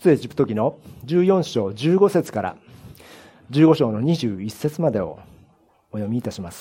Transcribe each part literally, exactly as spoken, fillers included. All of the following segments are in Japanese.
出エジプト記のじゅうよん章じゅうご節からじゅうご章のにじゅういち節までをお読みいたします。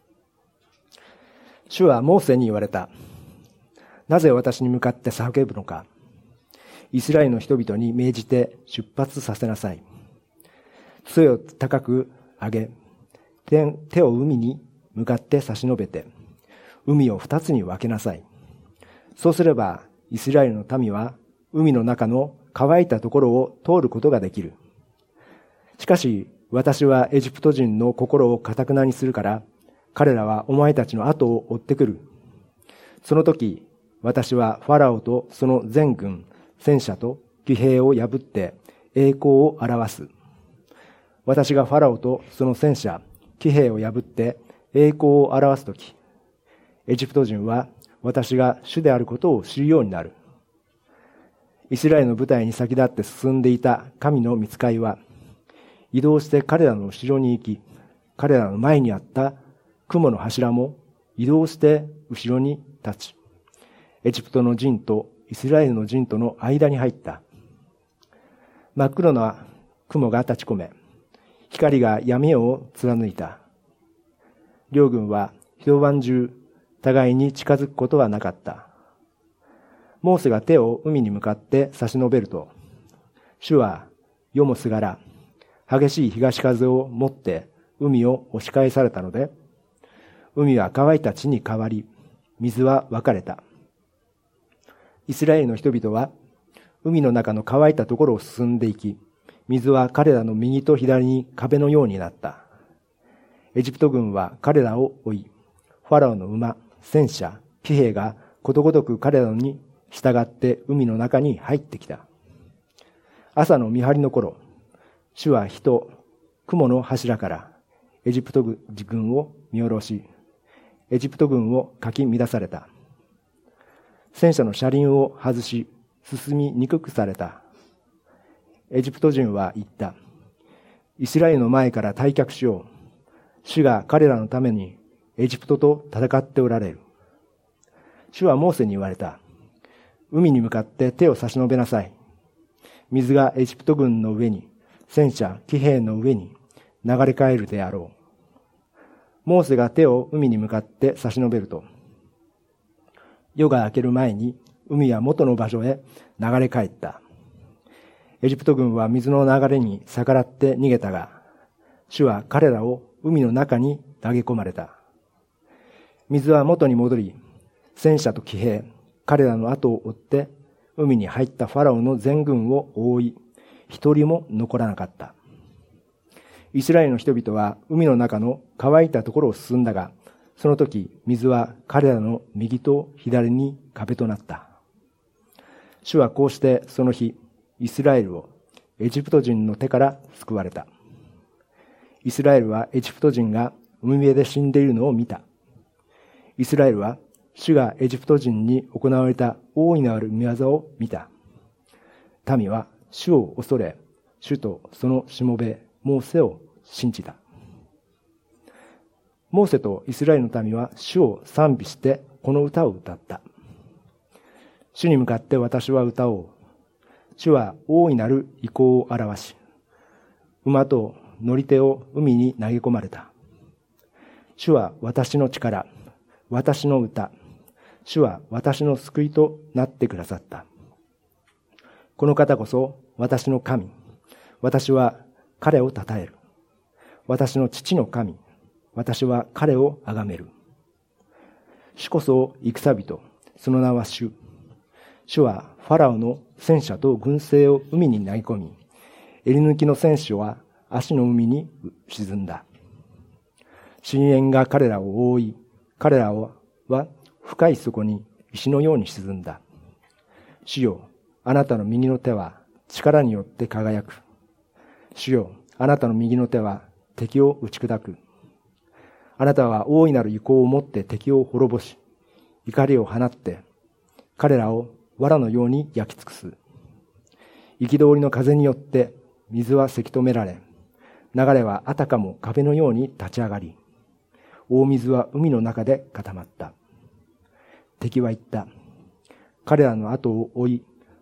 主はモーセに言われた。なぜ私に向かって叫ぶのか。イスラエルの人々に命じて出発させなさい。杖を高く上げ、手、手を海に向かって差し伸べて、海を二つに分けなさい。そうすれば、イスラエルの民は海の中の乾いたところを通ることができる。しかし、私はエジプト人の心を堅なにするから、彼らはお前たちの後を追ってくる。その時、私はファラオとその全軍、戦車と騎兵を破って栄光を表す。私がファラオとその戦車、騎兵を破って栄光を表すとき、エジプト人は私が主であることを知るようになる。イスラエルの部隊に先立って進んでいた神の御使いは、移動して彼らの後ろに行き、彼らの前にあった雲の柱も移動して後ろに立ち、エジプトの陣とイスラエルの陣との間に入った。真っ黒な雲が立ち込め、光が闇を貫いた。両軍は一晩中互いに近づくことはなかった。モーセが手を海に向かって差し伸べると、主は夜もすがら、激しい東風を持って海を押し返されたので、海は乾いた地に変わり、水は分かれた。イスラエルの人々は海の中の乾いたところを進んでいき、水は彼らの右と左に壁のようになった。エジプト軍は彼らを追い、ファラオの馬、戦車、騎兵がことごとく彼らに従って海の中に入ってきた。朝の見張りの頃、主は火と雲の柱からエジプト軍を見下ろし、エジプト軍をかき乱された。戦車の車輪を外し、進みにくくされた。エジプト人は言った。イスラエルの前から退却しよう。主が彼らのためにエジプトと戦っておられる。主はモーセに言われた。海に向かって手を差し伸べなさい。水がエジプト軍の上に、戦車、騎兵の上に流れ帰るであろう。モーセが手を海に向かって差し伸べると、夜が明ける前に海は元の場所へ流れ帰った。エジプト軍は水の流れに逆らって逃げたが、主は彼らを海の中に投げ込まれた。水は元に戻り、戦車と騎兵、彼らの後を追って海に入ったファラオの全軍を覆い、一人も残らなかった。イスラエルの人々は海の中の乾いたところを進んだが、その時水は彼らの右と左に壁となった。主はこうしてその日、イスラエルをエジプト人の手から救われた。イスラエルはエジプト人が海辺で死んでいるのを見た。イスラエルは主がエジプト人に行われた大いなる御業を見た。民は主を恐れ、主とそのしもべモーセを信じた。モーセとイスラエルの民は主を賛美してこの歌を歌った。主に向かって私は歌おう。主は大いなる意向を表し、馬と乗り手を海に投げ込まれた。主は私の力、私の歌、主は私の救いとなってくださった。この方こそ私の神、私は彼を称える。私の父の神、私は彼を崇める。主こそ戦人、その名は主。主はファラオの戦車と軍勢を海に投げ込み、襟抜きの戦車は足の海に沈んだ。深淵が彼らを覆い、彼らは深い底に石のように沈んだ。主よ、あなたの右の手は力によって輝く。主よ、あなたの右の手は敵を打ち砕く。あなたは大いなる意向を持って敵を滅ぼし、怒りを放って彼らを藁のように焼き尽くす。憤りの風によって水はせき止められ、流れはあたかも壁のように立ち上がり、大水は海の中で固まった。敵は言った。彼らの後を追い、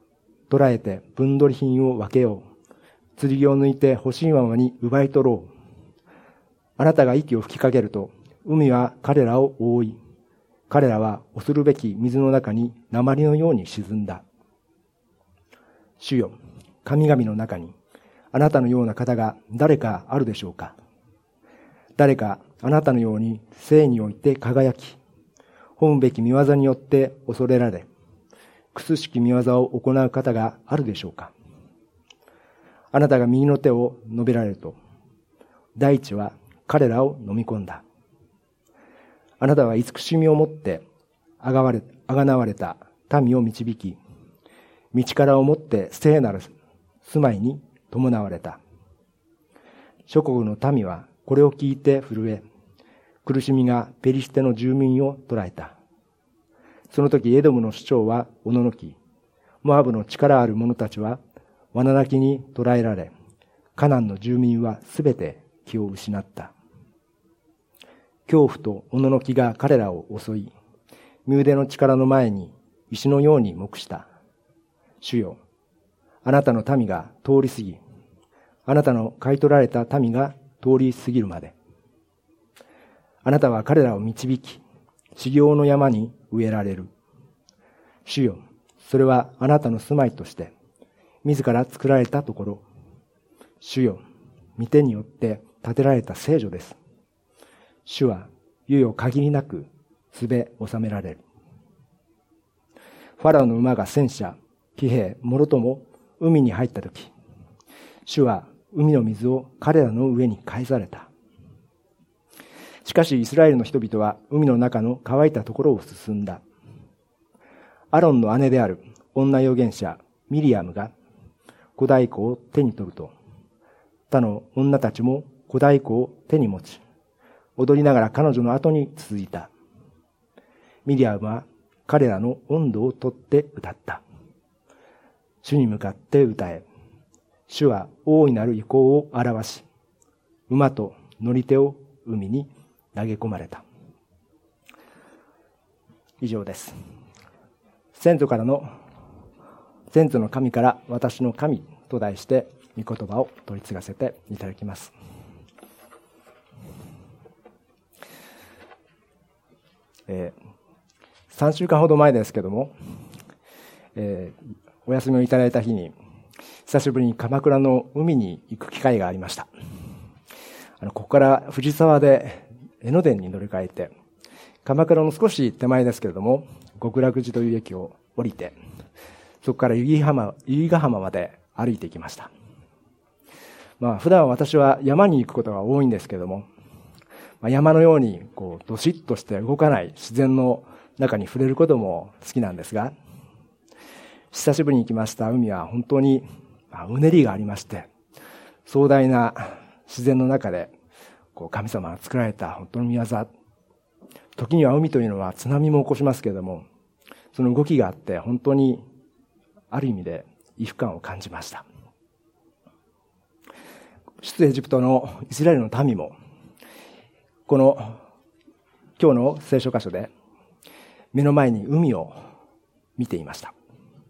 捕らえて分取り品を分けよう。剣を抜いて欲しいままに奪い取ろう。あなたが息を吹きかけると、海は彼らを覆い、彼らは恐るべき水の中に鉛のように沈んだ。主よ、神々の中に、あなたのような方が誰かあるでしょうか。誰かあなたのように聖において輝き、褒むべき見業によって恐れられ、苦しき見業を行う方があるでしょうか。あなたが右の手を述べられると、大地は彼らを飲み込んだ。あなたは慈しみをもってあがわれ、あがなわれた民を導き、道からをもって聖なる住まいに伴われた。諸国の民はこれを聞いて震え、苦しみがペリシテの住民を捉えた。その時エドムの首長はおののき、モアブの力ある者たちは罠なきに捕らえられ、カナンの住民はすべて気を失った。恐怖とおののきが彼らを襲い、身腕の力の前に石のように黙した。主よ、あなたの民が通り過ぎ、あなたの買い取られた民が通り過ぎるまで。あなたは彼らを導き、修行の山に植えられる。主よ、それはあなたの住まいとして、自ら作られたところ。主よ、御手によって建てられた聖所です。主は、猶予限りなく、すべ収められる。ファラオの馬が戦車、騎兵、もろとも海に入ったとき、主は海の水を彼らの上に返された。しかしイスラエルの人々は海の中の乾いたところを進んだ。アロンの姉である女預言者ミリアムが小太鼓を手に取ると、他の女たちも小太鼓を手に持ち、踊りながら彼女の後に続いた。ミリアムは彼らの音頭を取って歌った。主に向かって歌え。主は大いなる意向を表し、馬と乗り手を海に投げ込まれた。以上です。先祖からの、先祖の神から私の神と題して御言葉を取り継がせていただきます。えー、さんしゅうかんほど前ですけども、えー、お休みをいただいた日に久しぶりに鎌倉の海に行く機会がありました。あのここから藤沢で江ノ電に乗り換えて、鎌倉の少し手前ですけれども極楽寺という駅を降りて、そこから由比浜、由比ヶ浜まで歩いていきました。まあ普段私は山に行くことが多いんですけれども、まあ、山のようにこうどしっとして動かない自然の中に触れることも好きなんですが、久しぶりに行きました海は本当にうねりがありまして、壮大な自然の中でこう神様が作られた本当の御業、時には海というのは津波も起こしますけれども、その動きがあって本当にある意味で畏怖感を感じました。出エジプトのイスラエルの民もこの今日の聖書箇所で目の前に海を見ていました。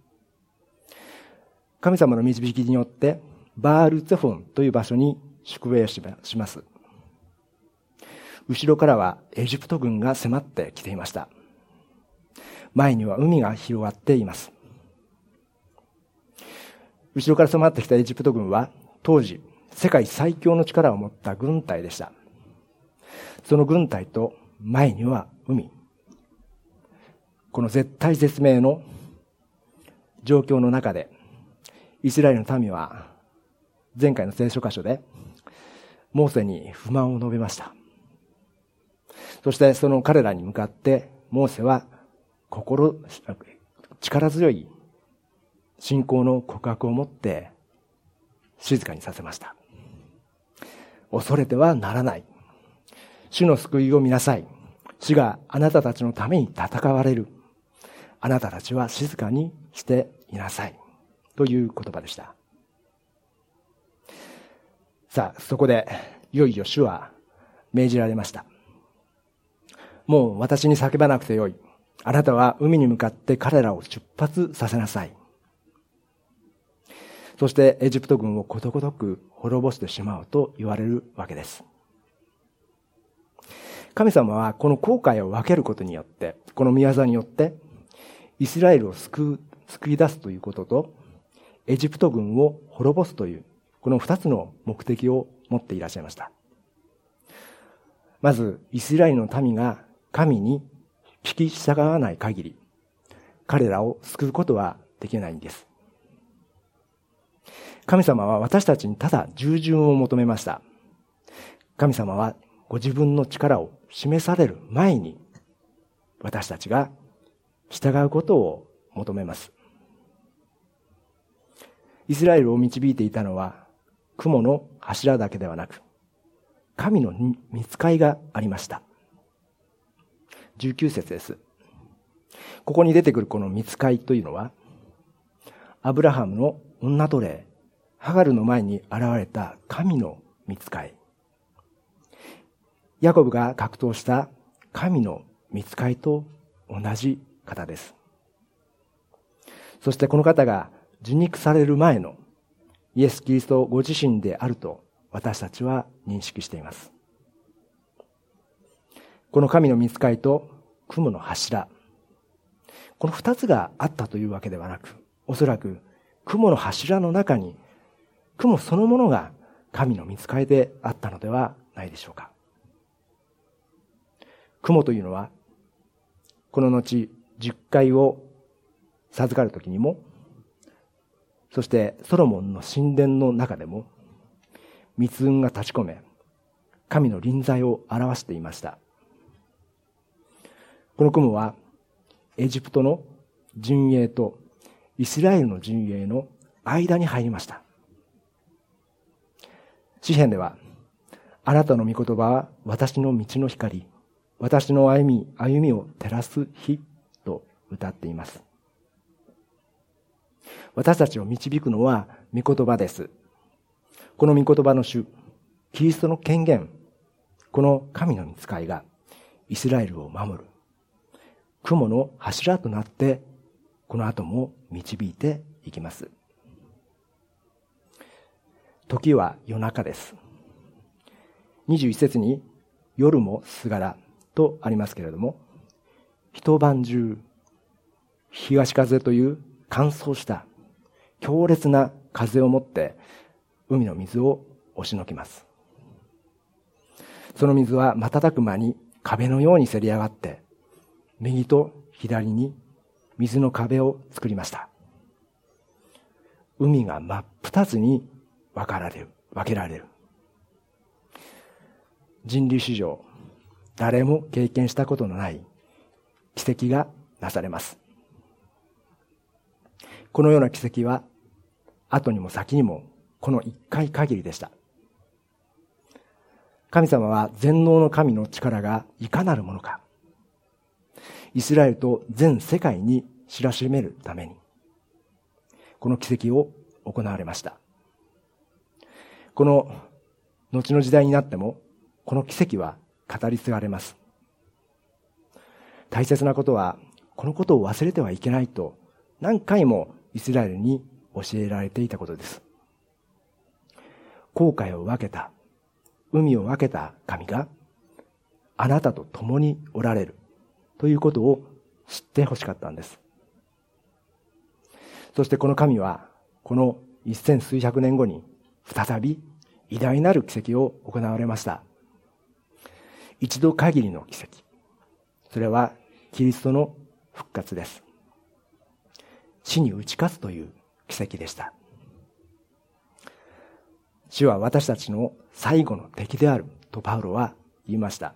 神様の導きによってバールツェフォンという場所に宿営します。後ろからはエジプト軍が迫ってきていました。前には海が広がっています。後ろから迫ってきたエジプト軍は当時世界最強の力を持った軍隊でした。その軍隊と前には海。この絶体絶命の状況の中で、イスラエルの民は前回の聖書箇所でモーセに不満を述べました。そしてその彼らに向かってモーセは心力強い信仰の告白を持って静かにさせました。恐れてはならない。主の救いを見なさい。主があなたたちのために戦われる。あなたたちは静かにしていなさい。という言葉でした。さあ、そこでいよいよ主は命じられました。もう私に叫ばなくてよい。あなたは海に向かって彼らを出発させなさい。 そしてエジプト軍をことごとく滅ぼしてしまうと言われるわけです。神様はこの航海を分けることによって、この御業によってイスラエルを救う、救い出すということと、エジプト軍を滅ぼすというこの二つの目的を持っていらっしゃいました。まずイスラエルの民が神に聞き従わない限り、彼らを救うことはできないんです。神様は私たちにただ従順を求めました。神様はご自分の力を示される前に、私たちが従うことを求めます。イスラエルを導いていたのは、雲の柱だけではなく、神の御使いがありました。じゅうきゅう節です。ここに出てくるこの御使いというのは、アブラハムの女奴隷、ハガルの前に現れた神の御使い。ヤコブが格闘した神の御使いと同じ方です。そしてこの方が受肉される前のイエス・キリストご自身であると私たちは認識しています。この神の御使いと雲の柱、この二つがあったというわけではなく、おそらく雲の柱の中に雲そのものが神の御使いであったのではないでしょうか。雲というのはこの後十戒を授かるときにも、そしてソロモンの神殿の中でも密雲が立ち込め、神の臨在を表していました。この雲はエジプトの陣営とイスラエルの陣営の間に入りました。詩編では、あなたの御言葉は私の道の光、私の歩み、歩みを照らす火と歌っています。私たちを導くのは御言葉です。この御言葉の主、キリストの権限、この神の御使いがイスラエルを守る雲の柱となって、この後も導いていきます。時は夜中です。にじゅういち節に夜もすがらとありますけれども、一晩中東風という乾燥した強烈な風をもって海の水を押しのきます。その水は瞬く間に壁のようにせり上がって、右と左に水の壁を作りました。海が真っ二つに分かられる、分けられる。人類史上誰も経験したことのない奇跡がなされます。このような奇跡は後にも先にもこの一回限りでした。神様は全能の神の力がいかなるものか、イスラエルと全世界に知らしめるためにこの奇跡を行われました。この後の時代になってもこの奇跡は語り継がれます。大切なことはこのことを忘れてはいけないと何回もイスラエルに教えられていたことです。航海を分けた、海を分けた神があなたと共におられるということを知ってほしかったんです。そしてこの神はこの一千数百年後に再び偉大なる奇跡を行われました。一度限りの奇跡、それはキリストの復活です。死に打ち勝つという奇跡でした。死は私たちの最後の敵であるとパウロは言いました。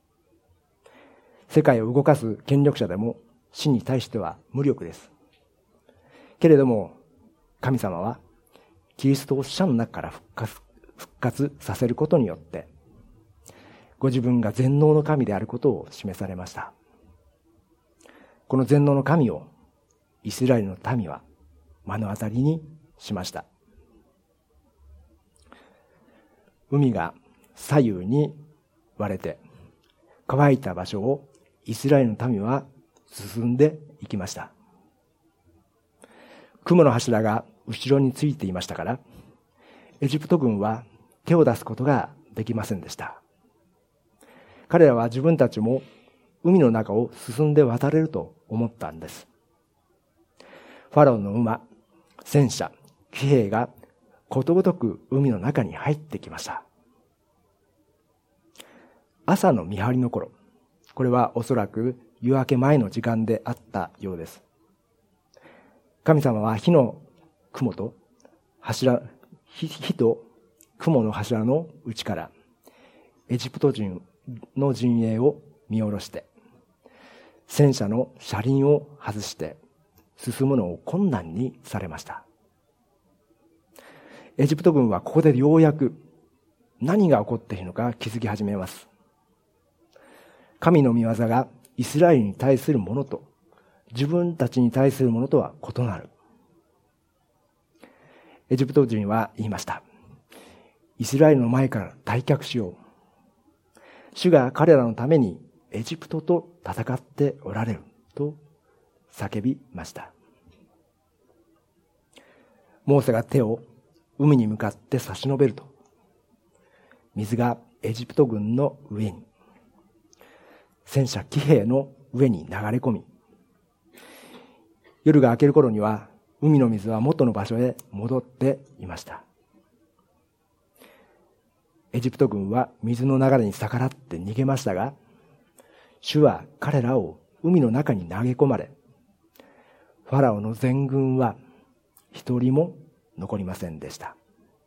世界を動かす権力者でも死に対しては無力です。けれども神様はキリストを死者の中から復活、復活させることによってご自分が全能の神であることを示されました。この全能の神をイスラエルの民は目の当たりにしました。海が左右に割れて乾いた場所をイスラエルの民は進んでいきました。雲の柱が後ろについていましたから、エジプト軍は手を出すことができませんでした。彼らは自分たちも海の中を進んで渡れると思ったんです。ファラオの馬、戦車、騎兵がことごとく海の中に入ってきました。朝の見張りの頃、これはおそらく夜明け前の時間であったようです。神様は火の雲と柱、火と雲の柱の内からエジプト人の陣営を見下ろして、戦車の車輪を外して進むのを困難にされました。エジプト軍はここでようやく何が起こっているのか気づき始めます。神の御業がイスラエルに対するものと自分たちに対するものとは異なる。エジプト人は言いました。イスラエルの前から退却しよう。主が彼らのためにエジプトと戦っておられると叫びました。モーセが手を海に向かって差し伸べると、水がエジプト軍の上に、戦車騎兵の上に流れ込み、夜が明ける頃には海の水は元の場所へ戻っていました。エジプト軍は水の流れに逆らって逃げましたが、主は彼らを海の中に投げ込まれ、ファラオの全軍は一人も残りませんでした。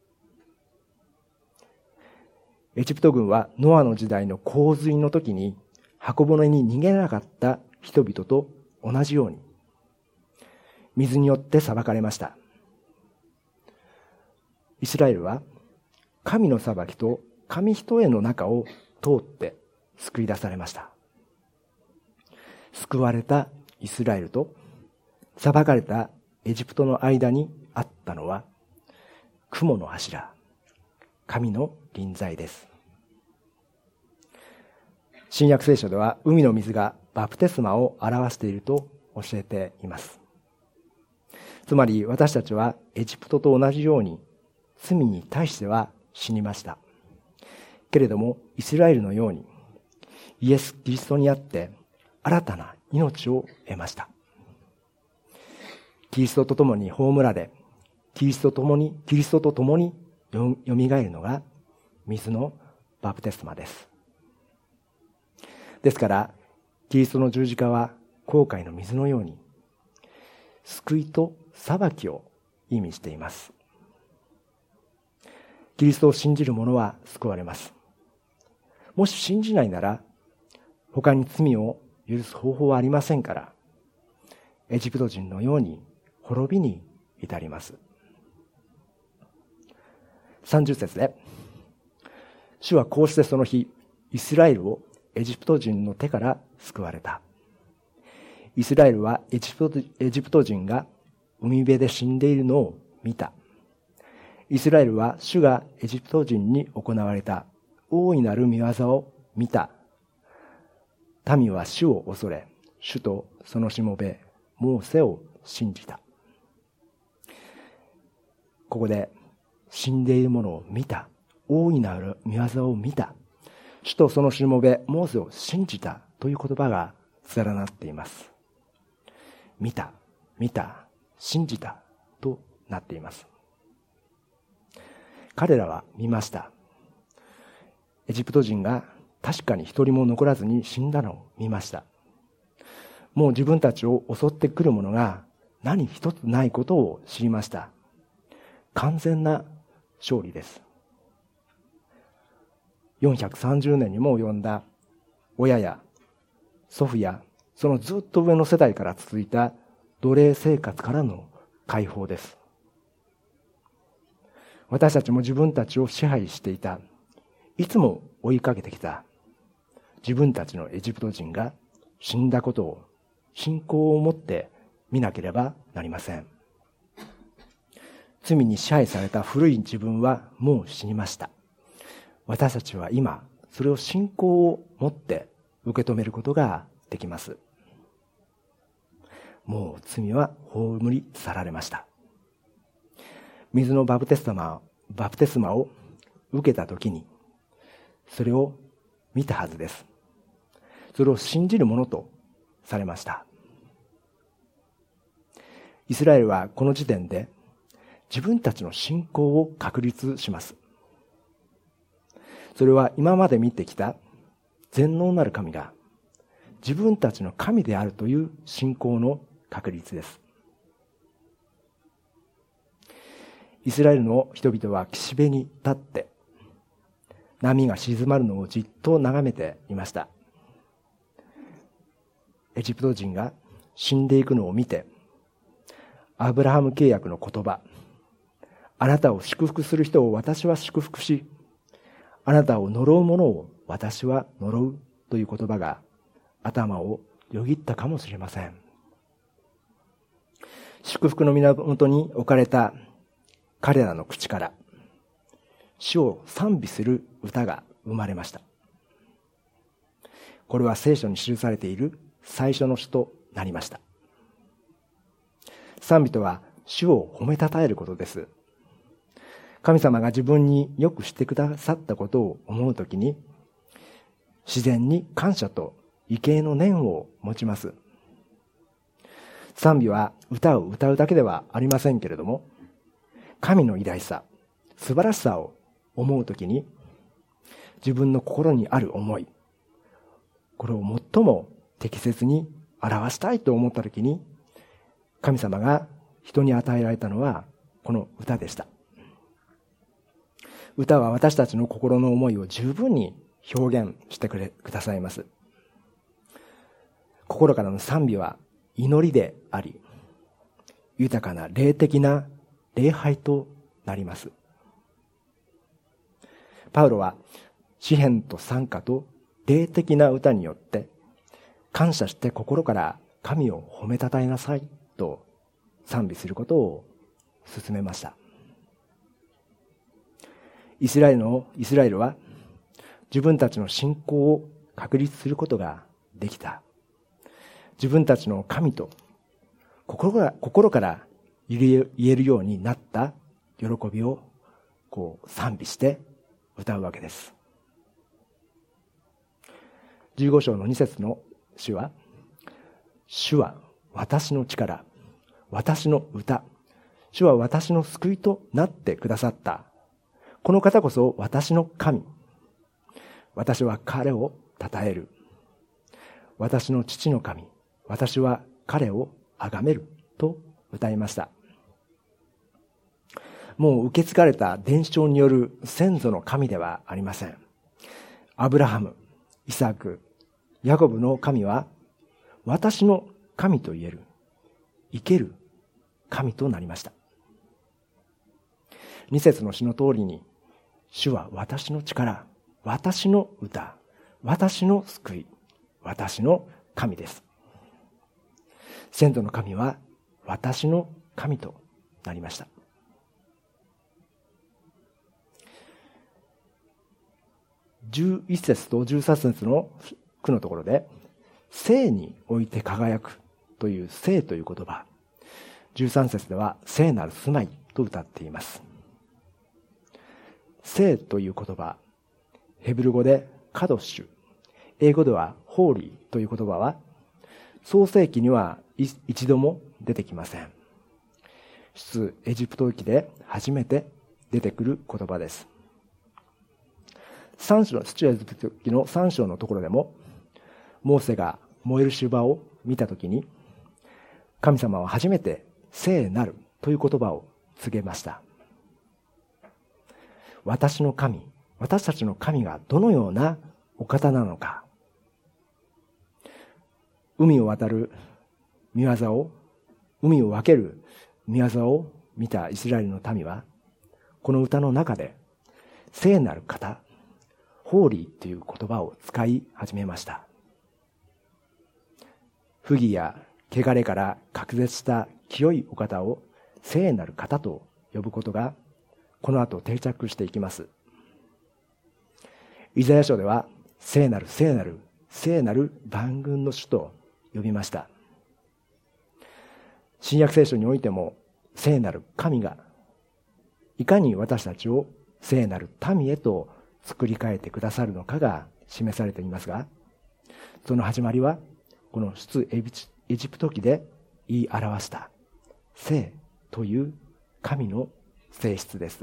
エジプト軍はノアの時代の洪水の時に箱舟に逃げなかった人々と同じように水によって裁かれました。イスラエルは神の裁きと紙一重の中を通って救い出されました。救われたイスラエルと裁かれたエジプトの間にあったのは雲の柱、神の臨在です。新約聖書では海の水がバプテスマを表していると教えています。つまり私たちはエジプトと同じように罪に対しては死にました。けれどもイスラエルのようにイエス・キリストにあって新たな命を得ました。キリストと共に葬られ、キリストと共に、キリストと共によみがえるのが水のバプテスマです。ですから、キリストの十字架は後悔の水のように救いと裁きを意味しています。キリストを信じる者は救われます。もし信じないなら、他に罪を許す方法はありませんから、エジプト人のように滅びに至ります。さんじゅっ節で、主はこうしてその日、イスラエルをエジプト人の手から救われた。イスラエルはエジプト、エジプト人が海辺で死んでいるのを見た。イスラエルは主がエジプト人に行われた大いなる御業を見た。民は主を恐れ、主とそのしもべ、モーセを信じた。ここで死んでいるものを見た。大いなる御業を見た。主とそのしもべ、モーセを信じたという言葉が連なっています。見た、見た、信じたとなっています。彼らは見ました。エジプト人が確かに一人も残らずに死んだのを見ました。もう自分たちを襲ってくるものが何一つないことを知りました。完全な勝利です。よんひゃくさんじゅうねんにも及んだ親や祖父やそのずっと上の世代から続いた奴隷生活からの解放です。私たちも自分たちを支配していた、いつも追いかけてきた自分たちのエジプト人が死んだことを信仰を持って見なければなりません。罪に支配された古い自分はもう死にました。私たちは今それを信仰を持って受け止めることができます。もう罪は葬り去られました。 水のバプテスマ、バプテスマを受けたときに、それを見たはずです。それを信じるものとされました。イスラエルはこの時点で自分たちの信仰を確立します。それは今まで見てきた全能なる神が自分たちの神であるという信仰の確立です。イスラエルの人々は岸辺に立って波が静まるのをじっと眺めていました。エジプト人が死んでいくのを見て、アブラハム契約の言葉、あなたを祝福する人を私は祝福し、あなたを呪う者を私は呪うという言葉が頭をよぎったかもしれません。祝福の源に置かれた彼らの口から主を賛美する歌が生まれました。これは聖書に記されている最初の詩となりました。賛美とは主を褒めたたえることです。神様が自分によくしてくださったことを思うときに、自然に感謝と畏敬の念を持ちます。賛美は歌を歌うだけではありませんけれども、神の偉大さ、素晴らしさを思うときに、自分の心にある思い、これを最も適切に表したいと思ったときに、神様が人に与えられたのはこの歌でした。歌は私たちの心の思いを十分に表現してくれくださいます。心からの賛美は祈りであり、豊かな霊的な礼拝となります。パウロは詩篇と賛歌と霊的な歌によって感謝して心から神を褒めたたえなさいと賛美することを勧めました。イスラエルのイスラエルは自分たちの信仰を確立することができた。自分たちの神と心から心から言えるようになった喜びをこう賛美して歌うわけです。じゅうご章のに節の詩は、主は私の力、私の歌、主は私の救いとなってくださった。この方こそ私の神。私は彼を称える。私の父の神。私は彼を崇める。と歌いました。もう受け継がれた伝承による先祖の神ではありません。アブラハム、イサク、ヤコブの神は私の神と言える、生ける神となりました。に節の詩の通りに、主は私の力、私の歌、私の救い、私の神です。先祖の神は私の神となりました。じゅういち節とじゅうさん節の句のところで、聖において輝くという聖という言葉、じゅうさん節では聖なる住まいと歌っています。聖という言葉、ヘブル語でカドッシュ、英語ではホーリーという言葉は創世記には一度も出てきません。出エジプト記で初めて出てくる言葉です。三章の出エジプト記の三章のところでも、モーセが燃える芝を見たときに、神様は初めて聖なるという言葉を告げました。私の神、私たちの神がどのようなお方なのか。海を渡る御業を、海を分ける御業を見たイスラエルの民は、この歌の中で聖なる方、ホーリーという言葉を使い始めました。不義や汚れから隔絶した清いお方を聖なる方と呼ぶことがこの後定着していきます。イザヤ書では聖なる聖なる聖なる万軍の主と呼びました。新約聖書においても聖なる神がいかに私たちを聖なる民へと作り変えてくださるのかが示されていますが、その始まりはこの出エジプト記で言い表した聖という神の性質です。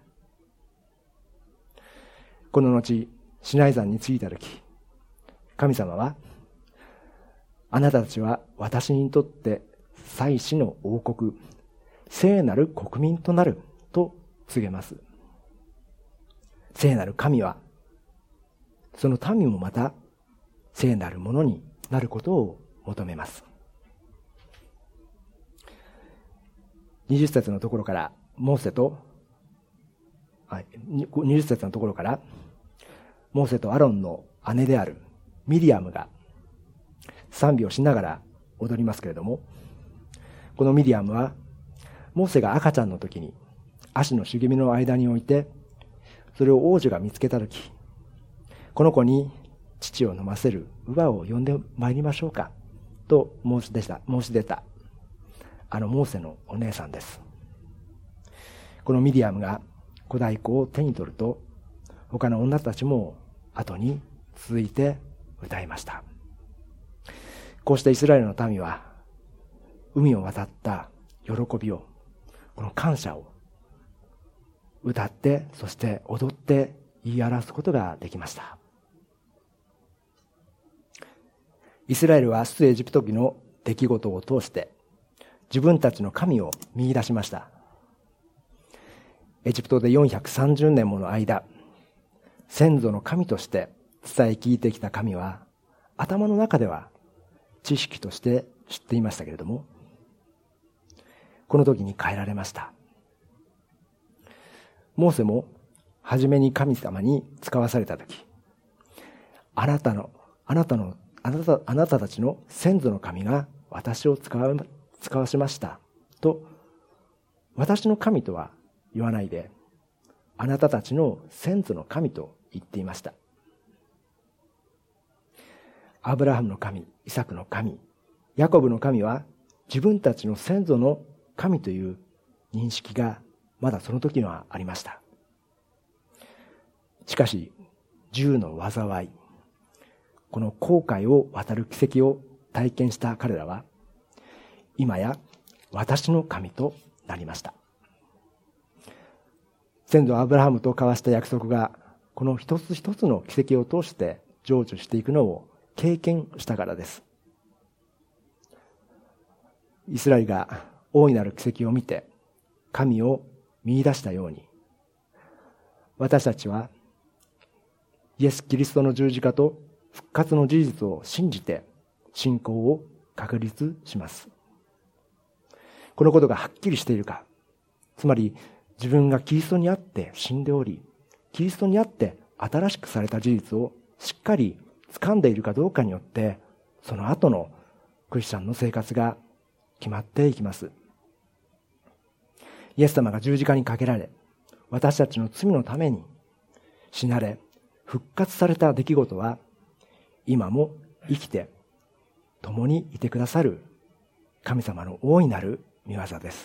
この後、シナイ山に着いたとき、神様は、あなたたちは私にとって祭司の王国、聖なる国民となると告げます。聖なる神は、その民もまた聖なるものになることを求めます。にじゅっ節のところから、モーセと、にじゅっ節のところから、モーセとアロンの姉であるミリアムが賛美をしながら踊りますけれども、このミリアムはモーセが赤ちゃんの時に足の茂みの間に置いて、それを王女が見つけた時、この子に乳を飲ませる乳母を呼んでまいりましょうかと申し出た、申し出たあのモーセのお姉さんです。このミリアムが小太鼓を手に取ると、他の女たちも後に続いて歌いました。こうしてイスラエルの民は海を渡った喜びを、この感謝を歌って、そして踊って言い表すことができました。イスラエルは出エジプト記の出来事を通して自分たちの神を見出しました。エジプトでよんひゃくさんじゅうねんもの間、先祖の神として伝え聞いてきた神は、頭の中では知識として知っていましたけれども、この時に変えられました。モーセも初めに神様に使わされた時、あなたの、あなたの、あなた、あなたたちの先祖の神が私を使わ、使わしましたと、私の神とは言わないで、あなたたちの先祖の神と言っていました。アブラハムの神、イサクの神、ヤコブの神は自分たちの先祖の神という認識がまだその時にはありました。しかし、十の災い、この航海を渡る奇跡を体験した彼らは、今や私の神となりました。先祖アブラハムと交わした約束が、この一つ一つの奇跡を通して成就していくのを経験したからです。イスラエルが大いなる奇跡を見て神を見出したように、私たちはイエス・キリストの十字架と復活の事実を信じて信仰を確立します。このことがはっきりしているか、つまり自分がキリストにあって死んでおり、キリストにあって新しくされた事実をしっかり掴んでいるかどうかによって、その後のクリスチャンの生活が決まっていきます。イエス様が十字架にかけられ、私たちの罪のために死なれ、復活された出来事は、今も生きて共にいてくださる神様の大いなる御業です。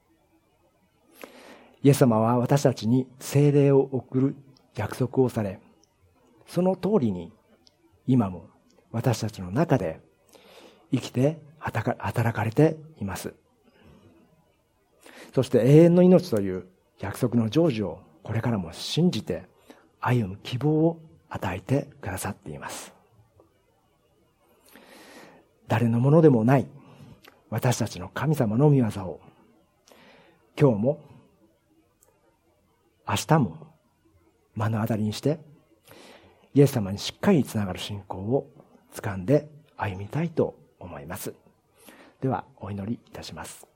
イエス様は私たちに聖霊を送る約束をされ、その通りに今も私たちの中で生きて働かれています。そして永遠の命という約束の成就をこれからも信じて歩む希望を与えてくださっています。誰のものでもない私たちの神様の御業を今日も明日も目の当たりにして、イエス様にしっかりつながる信仰を掴んで歩みたいと思います。ではお祈りいたします。